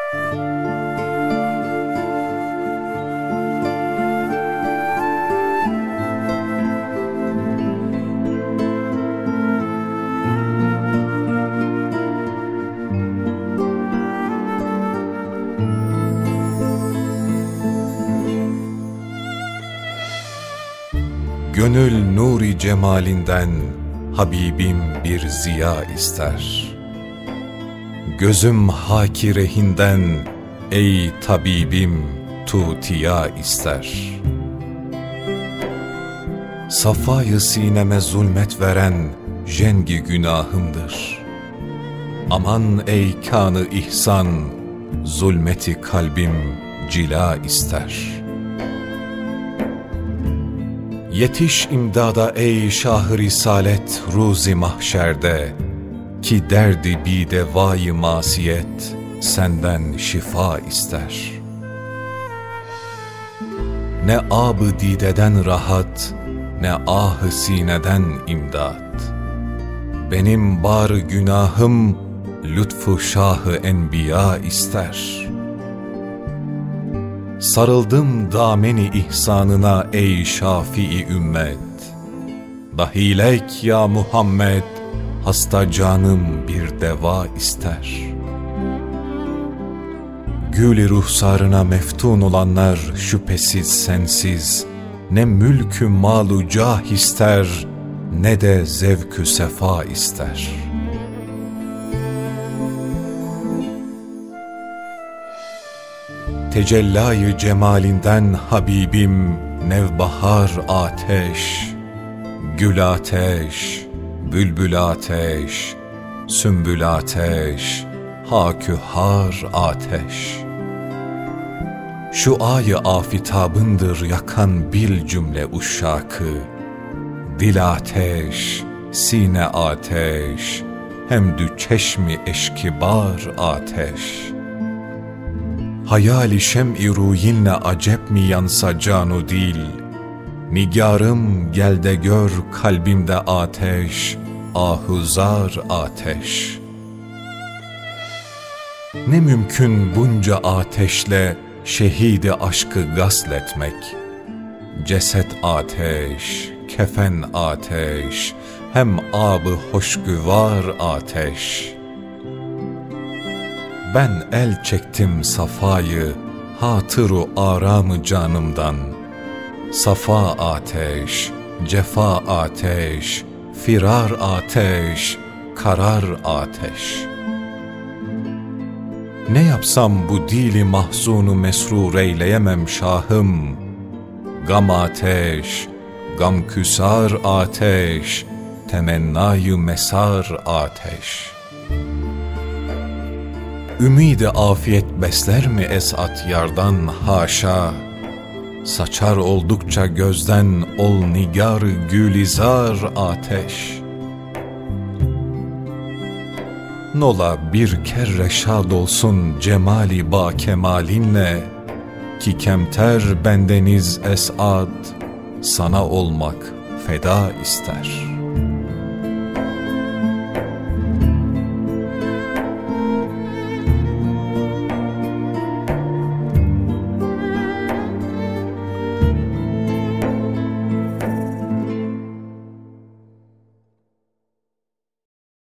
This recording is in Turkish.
Gönül nuri cemalinden Habibim bir ziya ister. Gözüm haki rehinden ey tabibim tutiya ister. Safayı sineme zulmet veren jengi günahımdır. Aman ey kânı ihsan, zulmeti kalbim cila ister. Yetiş imdada ey Şah-ı Risalet ruzi mahşerde, ki derdi bidevâ-i masiyet senden şifa ister. Ne âb-ı dideden rahat, ne ah-ı sineden imdat. Benim bar günahım lütfu Şah-ı Enbiya ister. Sarıldım dameni ihsanına ey Şafii ümmet. Dahilek ya Muhammed, hasta canım bir deva ister. Gül-i ruhsarına meftun olanlar şüphesiz sensiz, ne mülkü malu cah ister, ne de zevkü sefa ister. Tecellâ-yı cemalinden Habibim nevbahar ateş, gül ateş, bülbül ateş, sümbül ateş, hakühar ateş. Şu ay-ı afitabındır yakan bil cümle uşşakı, dil ateş, sine ateş, hemdü çeşmi eşkibar ateş. Hayali şem-i ruyinle acep mi yansa canu dil, nigarım gel de gör kalbimde ateş, ahuzar ateş. Ne mümkün bunca ateşle şehidi aşkı gasletmek. Ceset ateş, kefen ateş, hem âb-ı hoşgüvar ateş. Ben el çektim safayı, hatır-u aram-ı canımdan. Safa ateş, cefa ateş, firar ateş, karar ateş. Ne yapsam bu dili mahzunu mesrur eyleyemem şahım. Gam ateş, gam küsar ateş, temennayı mesar ateş. Ümid-i afiyet besler mi esat yardan haşa? Saçar oldukça gözden ol nigar gülizar ateş. Nola bir kerre şad olsun cemali ba kemalinle, ki kemter bendeniz esad sana olmak feda ister.